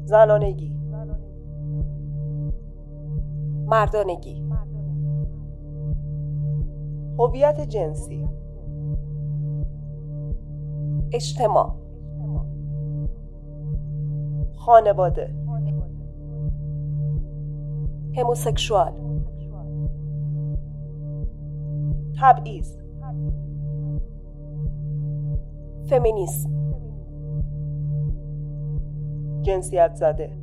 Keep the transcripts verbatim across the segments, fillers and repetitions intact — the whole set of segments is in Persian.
زنانگی، مردانگی، هویت جنسی، اجتماع، خانواده، هموسکسوال، تبعیض، فمینیسم، جنسیت زده.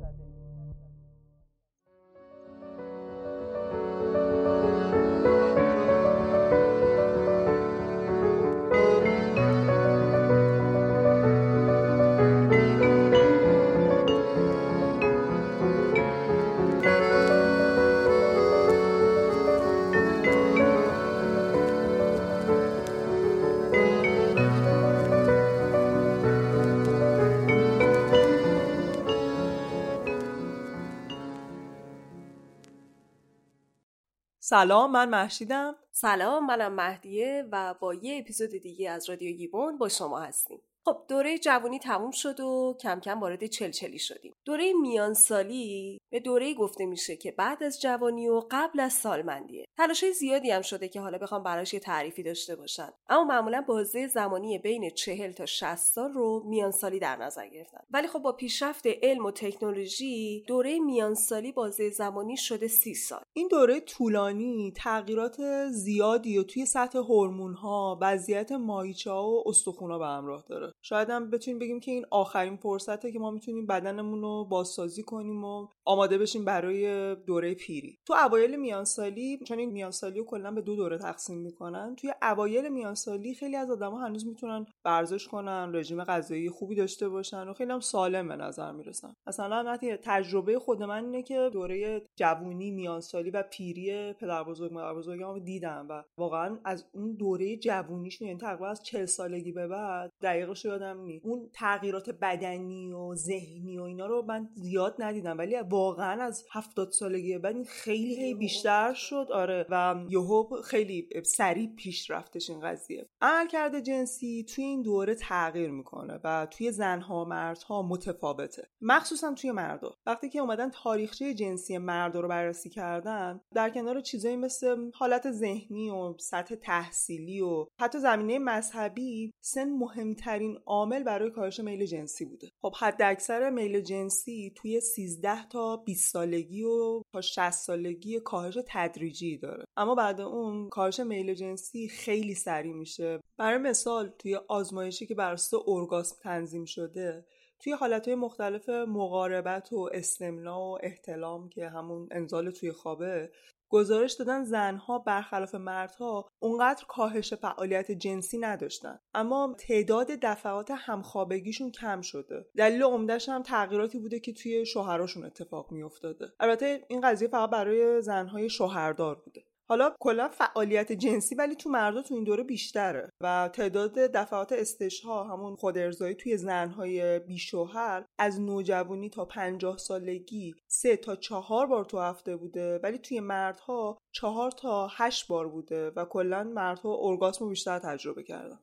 سلام، من مهشیدم. سلام، منم مهدیه و با یه اپیزود دیگه از رادیو گیبون با شما هستیم. خب دوره جوانی تموم شد و کم کم وارد چلچلی شدیم. دوره میانسالی به دوره گفته میشه که بعد از جوانی و قبل از سالمندیه. تلاشای زیادی هم شده که حالا بخوام براش یه تعریفی داشته باشن، اما معمولا بازه زمانی بین چهل تا شصت سال رو میانسالی در نظر گرفتن. ولی خب با پیشرفت علم و تکنولوژی دوره میانسالی بازه زمانی شده سی سال. این دوره طولانی تغییرات زیادی و توی سطح هورمون‌ها، وضعیت ماهیچه‌ها و استخوان‌ها به همراه داره. شاید هم بتونیم بگیم که این آخرین فرصته که ما میتونیم بدنمون رو بازسازی کنیم و آماده بشیم برای دوره پیری. تو اوایل میانسالی، چون این میانسالی رو کلا به دو دوره تقسیم میکنن، توی اوایل میانسالی خیلی از آدما هنوز میتونن ورزش کنن، رژیم غذایی خوبی داشته باشن و خیلی هم سالم به نظر میرسن. مثلا وقتی تجربه خود من اینه که دوره جوونی، میانسالی و پیری پدربزرگ مادربزرگم دیدم و واقعا از اون دوره جوونیش، یعنی تقریبا از چهل سالگی به بعد، دقیقش یادم نیست، اون تغییرات بدنی و ذهنی و اینا رو من زیاد ندیدم، ولی واقعا از هفتاد سالگی بعد این خیلی هی بیشتر شد. آره، و یهو خیلی سریع پیش رفتش این قضیه. عملکرد جنسی توی این دوره تغییر میکنه و توی زنها و مردها متفاوته، مخصوصا توی مردا. وقتی که اومدن تاریخچه جنسی مردا رو بررسی کردن، در کنار چیزایی مثل حالت ذهنی و سطح تحصیلی و حتی زمینه مذهبی، سن مهمترین عامل برای کاهش میل جنسی بوده. خب حد اکثر میل جنسی توی سیزده تا بیست سالگی و تا شصت سالگی کاهش تدریجی داره، اما بعد اون کاهش میل جنسی خیلی سریع میشه. برای مثال توی آزمایشی که بر اساس ارگاسم تنظیم شده، توی حالتهای مختلف مقاربت و استمناء و احتلام که همون انزال توی خوابه، گزارش دادن زنها برخلاف مردها اونقدر کاهش فعالیت جنسی نداشتن، اما تعداد دفعات همخوابگیشون کم شده. دلیل عمده‌اش هم تغییراتی بوده که توی شوهراشون اتفاق میافتاده. البته این قضیه فقط برای زنهای شوهردار بوده. حالا کلا فعالیت جنسی ولی تو مردا تو این دوره بیشتره و تعداد دفعات استشها، همون خود ارضایی، توی زنهای بیشوهر از نوجوانی تا پنجاه سالگی سه تا چهار بار تو هفته بوده، ولی توی مردها چهار تا هشت بار بوده و کلا مردها ارگاسمو بیشتر تجربه کردن.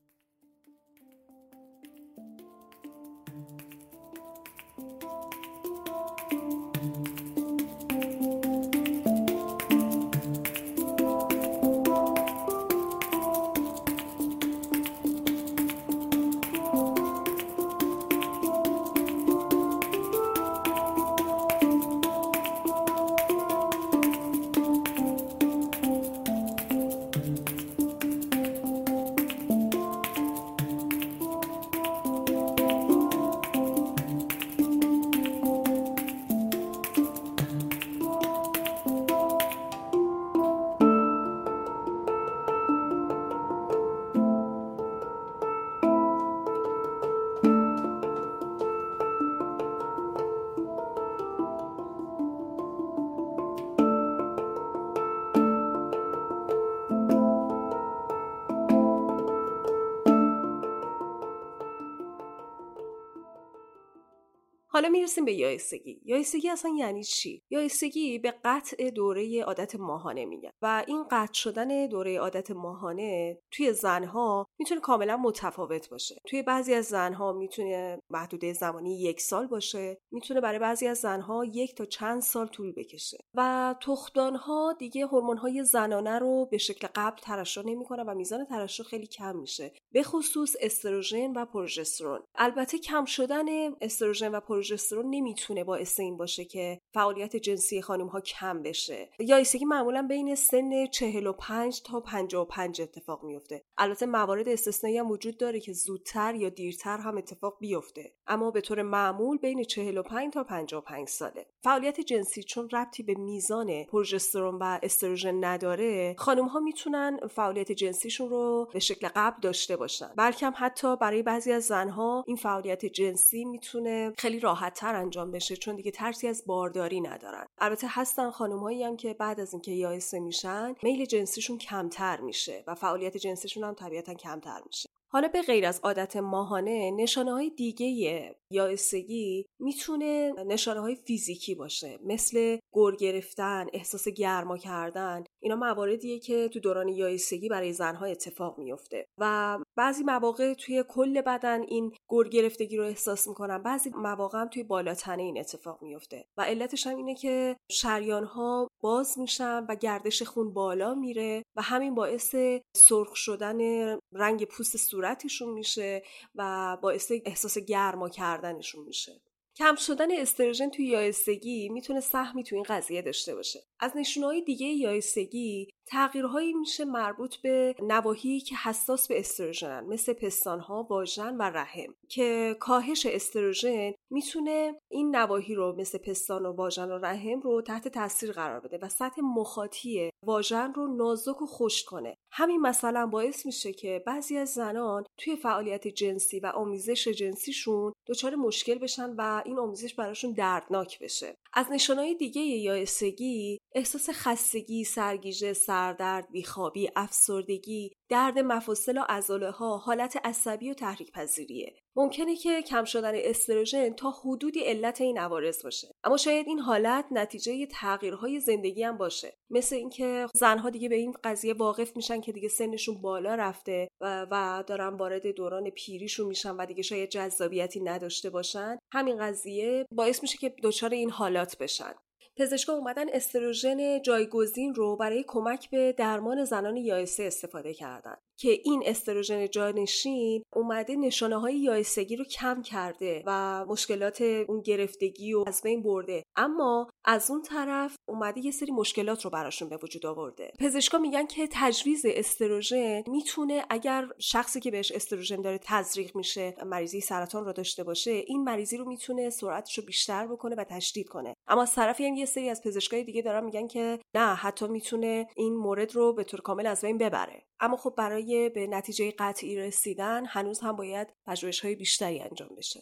حالا میرسیم به یائسگی. یائسگی اصلا یعنی چی؟ یائسگی به قطع دوره عادت ماهانه میگن و این قطع شدن دوره عادت ماهانه توی زنها میتونه کاملا متفاوت باشه. توی بعضی از زنها میتونه محدوده زمانی یک سال باشه، میتونه برای بعضی از زنها یک تا چند سال طول بکشه و تخمدانها دیگه هورمون‌های زنانه رو به شکل قبل ترشح نمی‌کنن و میزان ترشح خیلی کم میشه، به خصوص استروژن و پروژسترون. البته کم شدن استروژن و پروژسترون نمیتونه باعث این باشه که فعالیت جنسی خانم‌ها کم بشه. یائسگی معمولا بین سن چهل و پنج تا پنجاه و پنج اتفاق میفته. البته موارد استثنایی هم وجود داره که زودتر یا دیرتر هم اتفاق بیفته، اما به طور معمول بین چهل و پنج تا پنجاه و پنج ساله. فعالیت جنسی چون ربطی به میزان پروژسترون و استروژن نداره، خانم‌ها میتونن فعالیت جنسیشون رو به شکل قبل داشته باشن. بلکه هم حتی برای بعضی از زنها این فعالیت جنسی میتونه خیلی راحت‌تر انجام بشه چون دیگه ترسی از بارداری ندارن. البته هستن خانم‌هایی هم که بعد از اینکه یائسه میشن میل جنسیشون کمتر میشه و فعالیت جنسیشون هم طبیعتاً کمتر میشه. حالا به غیر از عادت ماهانه، نشانه‌های دیگه یائسگی میتونه نشانه‌های فیزیکی باشه، مثل گر گرفتن، احساس گرما کردن. اینا مواردیه که تو دوران یائسگی برای زنها اتفاق میفته و بعضی مواقع توی کل بدن این گر گرفتگی رو احساس میکنن، بعضی مواقع هم توی بالاتنه این اتفاق میفته و علتش هم اینه که شریان‌ها باز میشن و گردش خون بالا میره و همین باعث سرخ شدن رنگ پوست صورتشون میشه و باعث احساس گرما کردنشون میشه. کم شدن استروژن توی یائسگی میتونه سهمی توی این قضیه داشته باشه. از نشونه‌های دیگه یائسگی تغییرهایی میشه مربوط به نواحی که حساس به استروژنن، مثل پستان‌ها، واژن و رحم، که کاهش استروژن میتونه این نواحی رو مثل پستان و واژن و رحم رو تحت تاثیر قرار بده و سطح مخاطی واژن رو نازک و خشک کنه. همین مثلا باعث میشه که بعضی از زنان توی فعالیت جنسی و آمیزش جنسیشون دچار مشکل بشن و این آمیزش براشون دردناک بشه. از نشانه‌های دیگه یائسگی احساس خستگی، سرگیجه، سردرد، بیخوابی، افسردگی، درد مفاصل و عضله‌ها، حالت عصبی و تحریک پذیریه. ممکنه که کم شدن استروژن تا حدودی علت این عوارض باشه، اما شاید این حالت نتیجه تغییرهای زندگی هم باشه، مثل اینکه زنها دیگه به این قضیه واقف میشن که دیگه سنشون بالا رفته و, و دارن وارد دوران پیریشون میشن و دیگه شاید جذابیتی نداشته باشن. همین قضیه باعث میشه که دچار این حالات بشن. پزشکان اومدن استروژن جایگزین رو برای کمک به درمان زنان یائسه استفاده کردن که این استروژن جانشین اومده نشانه‌های یائسگی رو کم کرده و مشکلات اون گرفتگی رو از بین برده، اما از اون طرف اومده یه سری مشکلات رو براشون به وجود آورده. پزشکان میگن که تجویز استروژن میتونه اگر شخصی که بهش استروژن داره تزریق میشه مریضی سرطان رو داشته باشه، این مریضی رو میتونه سرعتش رو بیشتر بکنه و تشدید کنه. اما از طرفی هم یه سری از پزشکای دیگه دارن میگن که نه، حتی میتونه این مورد رو به طور کامل از بین ببره. اما خب برای به نتیجه قطعی رسیدن هنوز هم باید پژوهش‌های بیشتری انجام بشه.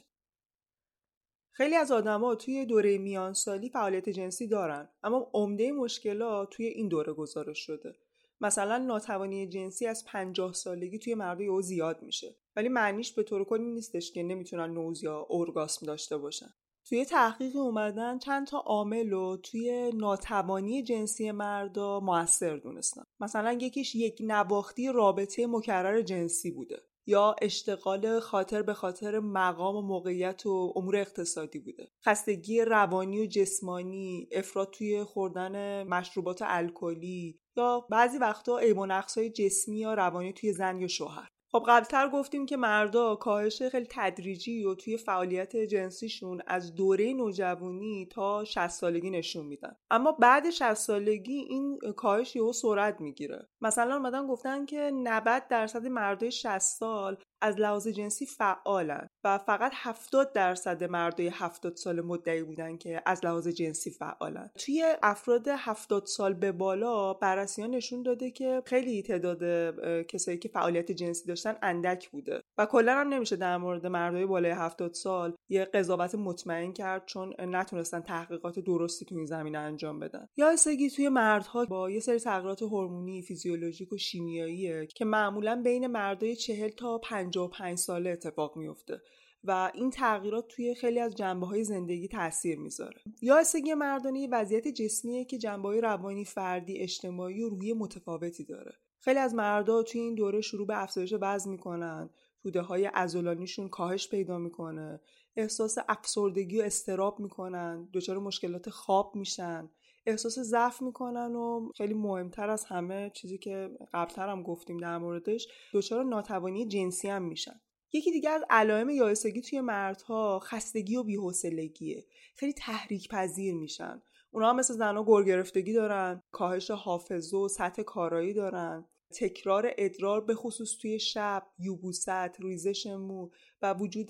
خیلی از آدما توی دوره میانسالی فعالیت جنسی دارن، اما عمده مشکلات توی این دوره گزارش شده. مثلا ناتوانی جنسی از پنجاه سالگی توی مردای او زیاد میشه، ولی معنیش به طور کلی نیستش که نمیتونن نوز یا اورگاسم داشته باشن. توی تحقیق اومدن چند تا عامل رو توی ناتوانی جنسی مردا مؤثر دونستن. مثلا یکیش یک نواختی رابطه مکرر جنسی بوده، یا اشتغال خاطر به خاطر مقام و موقعیت و امور اقتصادی بوده. خستگی روانی و جسمانی، افراط توی خوردن مشروبات الکلی، یا بعضی وقتا عیب و نقص‌های جسمی یا روانی توی زن یا شوهر. خب قبلتر گفتیم که مردا کاهش خیلی تدریجی و توی فعالیت جنسیشون از دوره نوجوانی تا شصت سالگی نشون میدن، اما بعد شصت سالگی این کاهش یهو سرعت میگیره. مثلا اومدن گفتن که نود درصد مردای شصت سال از لحاظ جنسی فعالن و فقط هفتاد درصد مردای هفتاد سال مدعی بودن که از لحاظ جنسی فعالن. توی افراد هفتاد سال به بالا بررسی‌ها نشون داده که خیلی تعداد کسایی که فعالیت جنسی داشتن اندک بوده و کلا هم نمیشه در مورد مردای بالای هفتاد سال یه قضاوت مطمئن کرد، چون نتونستن تحقیقات درستی تو این زمینه انجام بدن. یائسگی توی مردها با یه سری تغییرات هورمونی، فیزیولوژیک و شیمیاییه که معمولاً بین مردای چهل تا پنجاه و پنج ساله اتفاق میفته و این تغییرات توی خیلی از جنبه‌های زندگی تاثیر میذاره. یائسگی مردانه یه وضعیت جسمیه که جنبه‌های روانی، فردی، اجتماعی و روحی متفاوتی داره. خیلی از مردا توی این دوره شروع به افزایش وزن میکنن، توده‌های عضلانیشون کاهش پیدا میکنه، احساس افسردگی و اضطراب میکنن، دچار مشکلات خواب میشن، احساس ضعف میکنن و خیلی مهمتر از همه چیزی که قبلتر هم گفتیم در موردش، دچار ناتوانی جنسی هم میشن. یکی دیگه از علائم یائسگی توی مردها خستگی و بی‌حوصلگیه. خیلی تحریک پذیر میشن. اونا هم مثل زنها گر گرفتگی دارن، کاهش حافظه و سطح کارایی دارن، تکرار ادرار به خصوص توی شب، یبوست، ریزش مو و وجود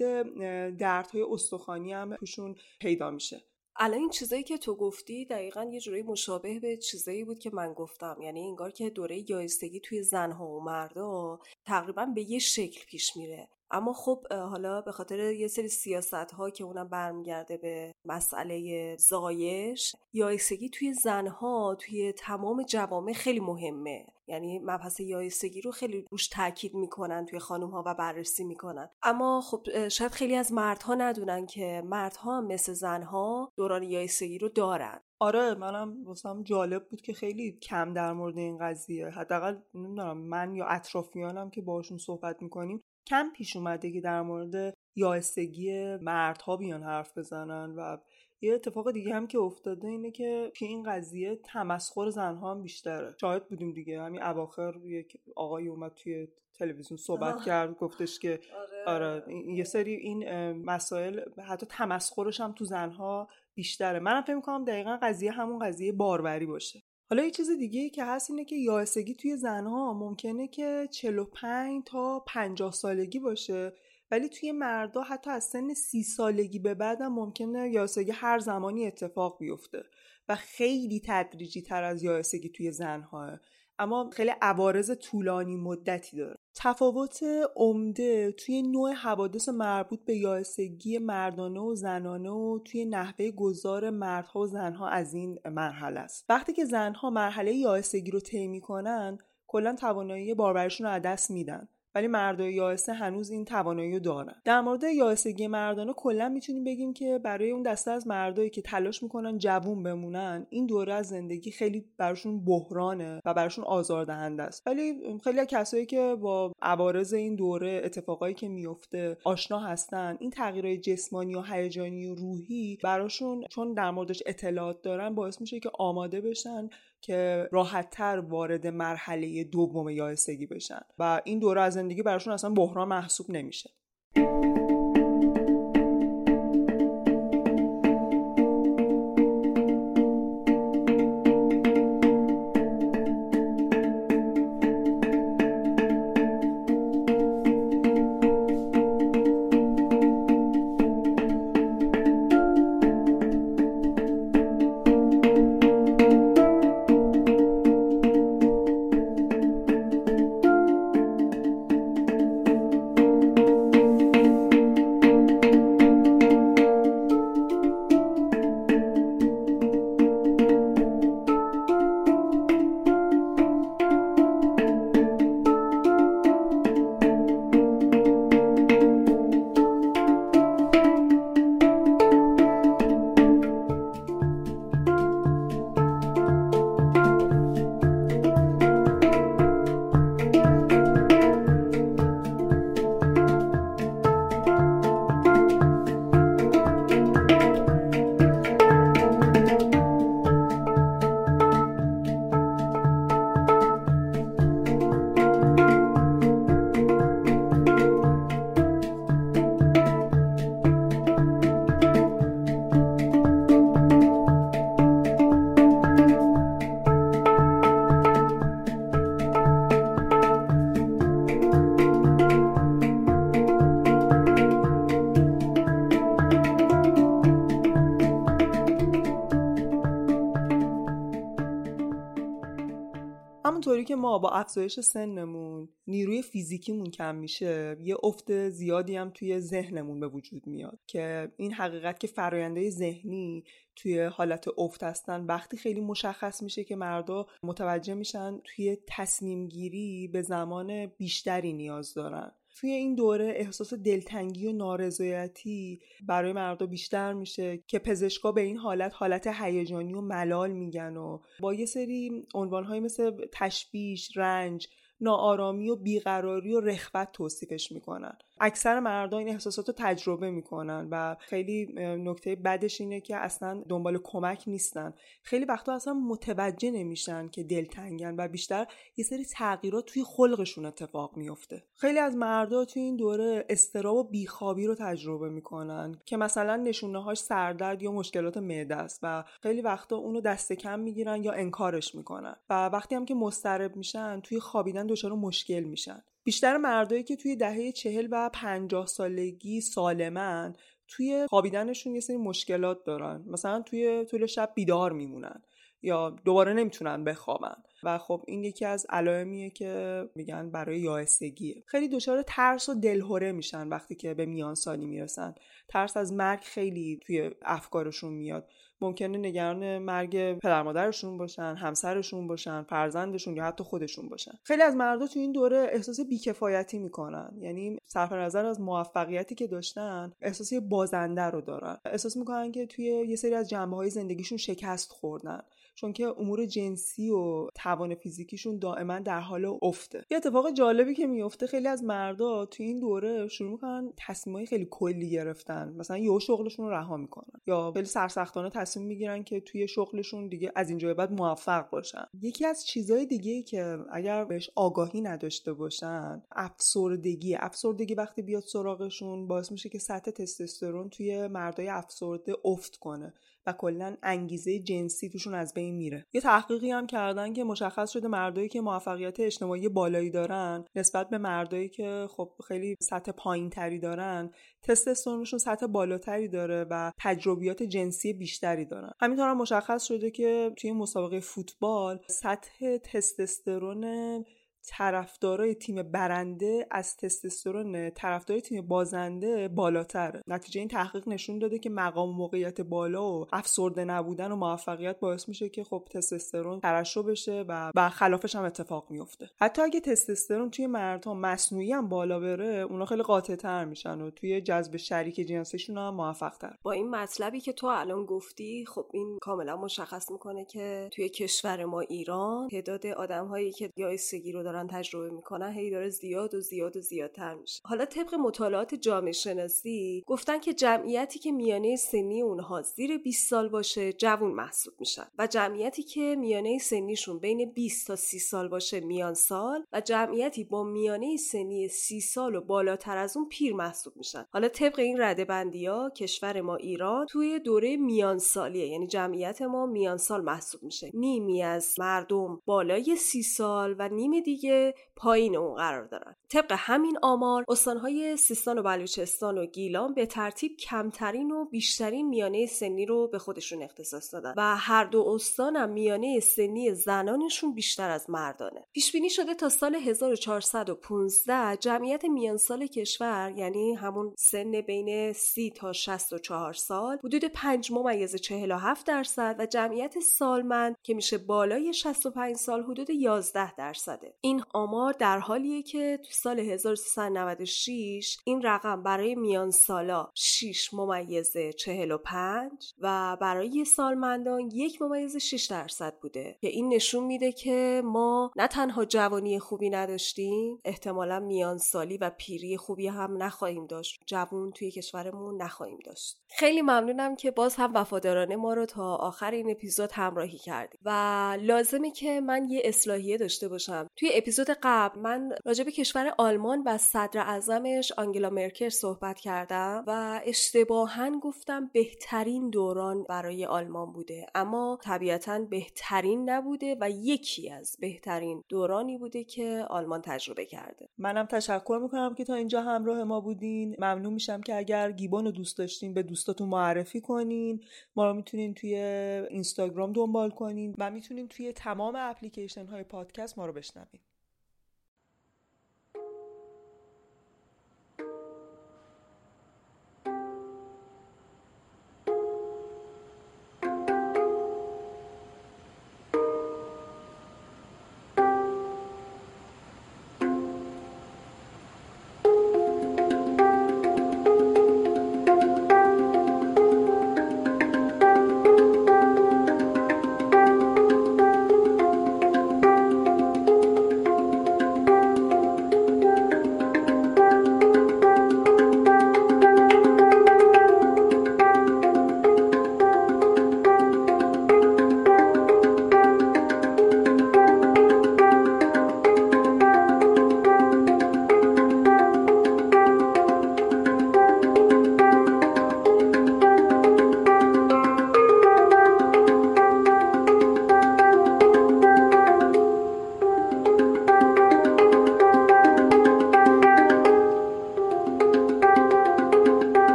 دردهای استخوانی هم توشون پیدا میشه. الان این چیزایی که تو گفتی دقیقاً یه جوری مشابه به چیزایی بود که من گفتم، یعنی انگار که دوره یائسگی توی زنها و مردا تقریباً به یه شکل پیش میره. اما خب حالا به خاطر یه سری سیاست‌ها که اونم برمیگرده به مسئله زایش، یائسگی توی زنها توی تمام جوامع خیلی مهمه. یعنی مبحث یائسگی رو خیلی روش تاکید میکنن توی خانم‌ها و بررسی میکنن. اما خب شاید خیلی از مردها ندونن که مردها هم مثل زنها دوران یائسگی رو دارن. آره، منم واسم جالب بود که خیلی کم در مورد این قضیه، حداقل نمیدونم من یا اطرافیانم که باشون صحبت میکنیم کم پیش اومده که در مورد یائسگی مردها بیان حرف بزنن. و یه اتفاق دیگه هم که افتاده اینه که توی این قضیه تمسخر زنها هم بیشتره. شاهد بودیم دیگه، همین اواخر یک آقای اومد توی تلویزیون صحبت آه. کرد، گفتش که آره, آره یه سری این مسائل حتی تمسخرش هم تو زنها بیشتره. منم فکر می‌کنم دقیقاً قضیه همون قضیه باروری باشه. حالا یه چیز دیگه که هست اینه که یائسگی توی زنها ممکنه که چهل و پنج تا پنجاه سالگی باشه، ولی توی مردا حتی از سن سی سالگی به بعد هم ممکنه یائسگی هر زمانی اتفاق بیفته و خیلی تدریجی تر از یائسگی توی زنها، اما خیلی عوارض طولانی مدتی داره. تفاوت عمده توی نوع حوادث مربوط به یائسگی مردانه و زنانه و توی نحوه گذار مردها و زنها از این مرحله است. وقتی که زنها مرحله یائسگی رو طی می‌کنن، کلاً توانایی باربریشون رو از دست میدن، ولی مردای یائسه هنوز این توانایی رو دارن. در مورد یائسگی مردانه کلا میتونیم بگیم که برای اون دسته از مردایی که تلاش میکنن جوون بمونن، این دوره از زندگی خیلی براشون بحرانه و براشون آزاردهنده است. ولی خیلی از کسایی که با عوارض این دوره، اتفاقایی که میفته آشنا هستن، این تغییرات جسمانی و هیجانی و روحی براشون چون در موردش اطلاعات دارن باعث میشه که آماده بشن که راحت‌تر وارد مرحله دوم یائسگی بشن و این دوره از زندگی براشون اصلا بحران محسوب نمیشه. همونطوری که ما با افزایش سنمون نیروی فیزیکیمون کم میشه، یه افت زیادی هم توی ذهنمون به وجود میاد که این حقیقت که فرآیندهای ذهنی توی حالت افت هستن وقتی خیلی مشخص میشه که مردا متوجه میشن توی تصمیم گیری به زمان بیشتری نیاز دارن توی این دوره احساس دلتنگی و نارضایتی برای مردا بیشتر میشه که پزشکا به این حالت حالت هیجانی و ملال میگن و با یه سری عنوان‌های مثل تشویش، رنج، ناآرامی و بیقراری و رغبت توصیفش میکنن. اکثر مردان این احساسات رو تجربه میکنن و خیلی نکته بدش اینه که اصلا دنبال کمک نیستن. خیلی وقتا اصلا متوجه نمیشن که دلتنگن و بیشتر یه سری تغییرات توی خلقشون اتفاق میفته. خیلی از مردا توی این دوره اضطراب و بیخوابی رو تجربه میکنن که مثلا نشونه‌هاش سردرد یا مشکلات معده است و خیلی وقتا اونو دست کم میگیرن یا انکارش میکنن و وقتی هم که مضطرب میشن توی خوابیدن دچار مشکل میشن. بیشتر مردایی که توی دهه چهل و پنجاه سالگی سالمن توی خوابیدنشون یه سری مشکلات دارن، مثلا توی طول شب بیدار میمونن یا دوباره نمیتونن بخوابن و خب این یکی از علائمیه که میگن برای یائسگیه. خیلی دچار ترس و دلهره میشن وقتی که به میانسالی میرسن. ترس از مرگ خیلی توی افکارشون میاد. ممکنه نگران مرگ پدر مادرشون باشن، همسرشون باشن، فرزندشون یا حتی خودشون باشن. خیلی از مردا تو این دوره احساس بیکفایتی میکنن، یعنی صرف نظر از موفقیتی که داشتن احساس بازنده رو دارن. احساس میکنن که توی یه سری از جنبه‌های زندگیشون شکست خوردن، چون که امور جنسی و توان فیزیکیشون دائما در حال افته. یه اتفاق جالبی که میفته خیلی از مردا توی این دوره شروع میکنن تصمیمای خیلی کلی گرفتن، مثلا یهو شغلشون رو رها میکنن یا خیلی سرسختانه تصمیم میگیرن که توی شغلشون دیگه از اینجا به بعد موفق باشن. یکی از چیزای دیگه‌ای که اگر بهش آگاهی نداشته باشن افسردگی. افسردگی وقتی بیاد سراغشون باعث میشه که سطح تستوسترون توی مردای افسرده افت کنه و کلا انگیزه جنسی توشون از بین میره. یه تحقیقی هم کردن که مشخص شده مردایی که موفقیت اجتماعی بالایی دارن نسبت به مردایی که خب خیلی سطح پایینتری دارن تستوسترونشون سطح بالاتری داره و تجربیات جنسی بیشتری دارن. همینطور هم مشخص شده که توی مسابقه فوتبال سطح تستوسترون طرفدارای تیم برنده از تستوسترون طرفدارای تیم بازنده بالاتره. نتیجه این تحقیق نشون داده که مقام و موقعیت بالا و افسرده نبودن و موفقیت باعث میشه که خب تستوسترون ترشح بشه و برخلافش هم اتفاق میفته. حتی اگه تستوسترون توی مردها مصنوعی هم بالا بره اونا خیلی قاطع‌تر میشن و توی جذب شریک جنسیشون هم موفق‌تر. با این مطلبی که تو الان گفتی خب این کاملا مشخص میکنه که توی کشور ما ایران تعداد آدم‌هایی که یائسگی رو دارن تجربه میکنن هی داره زیاد و زیاد و زیادتر میشه. حالا طبق مطالعات جامعه شناسی گفتن که جمعیتی که میانه سنی اونها زیر بیست سال باشه جوان محسوب میشن و جمعیتی که میانه سنیشون بین بیست تا سی سال باشه میان سال و جمعیتی با میانه سنی سی سال و بالاتر از اون پیر محسوب میشن. حالا طبق این رده بندی‌ها کشور ما ایران توی دوره میان سالیه، یعنی جمعیت ما میان سال محسوب میشه. نیمی از مردم بالای سی سال و نیم دیگه پایین اون قرار دارن. طبق همین آمار استانهای سیستان و بلوچستان و گیلان به ترتیب کمترین و بیشترین میانه سنی رو به خودشون اختصاص دادن و هر دو استان هم میانه سنی زنانشون بیشتر از مردانه. پیش بینی شده تا سال هزار و چهارصد و پانزده جمعیت میان سال کشور، یعنی همون سن بین سی تا شصت و چهار سال، حدود پنج ممیز چهل و هفت درصد و جمعیت سالمند که میشه بالای شصت و پنج سال حدود یازده درصده. این آمار در حالیه که تو سال هزار و سیصد و نود و شش این رقم برای میان سالا شش ممیز چهل و پنج و برای سالمندان یک ممیز شش درصد بوده که این نشون میده که ما نه تنها جوانی خوبی نداشتیم، احتمالا میان سالی و پیری خوبی هم نخواهیم داشت. جوان توی کشورمون نخواهیم داشت. خیلی ممنونم که باز هم وفادارانه ما رو تا آخر این اپیزود همراهی کردید و لازمه که من یه اصلاحیه داشته باشم. توی اپیزود قبل من راجع به کشور آلمان و صدر اعظمش آنگلا مرکل صحبت کردم و اشتباهاً گفتم بهترین دوران برای آلمان بوده، اما طبیعتاً بهترین نبوده و یکی از بهترین دورانی بوده که آلمان تجربه کرده. منم تشکر میکنم که تا اینجا همراه ما بودین. ممنون میشم که اگر گیبون رو دوست داشتین به دوستاتون معرفی کنین. ما رو میتونین توی اینستاگرام دنبال کنین و میتونین توی تمام اپلیکیشن های پادکست ما رو بشنوین.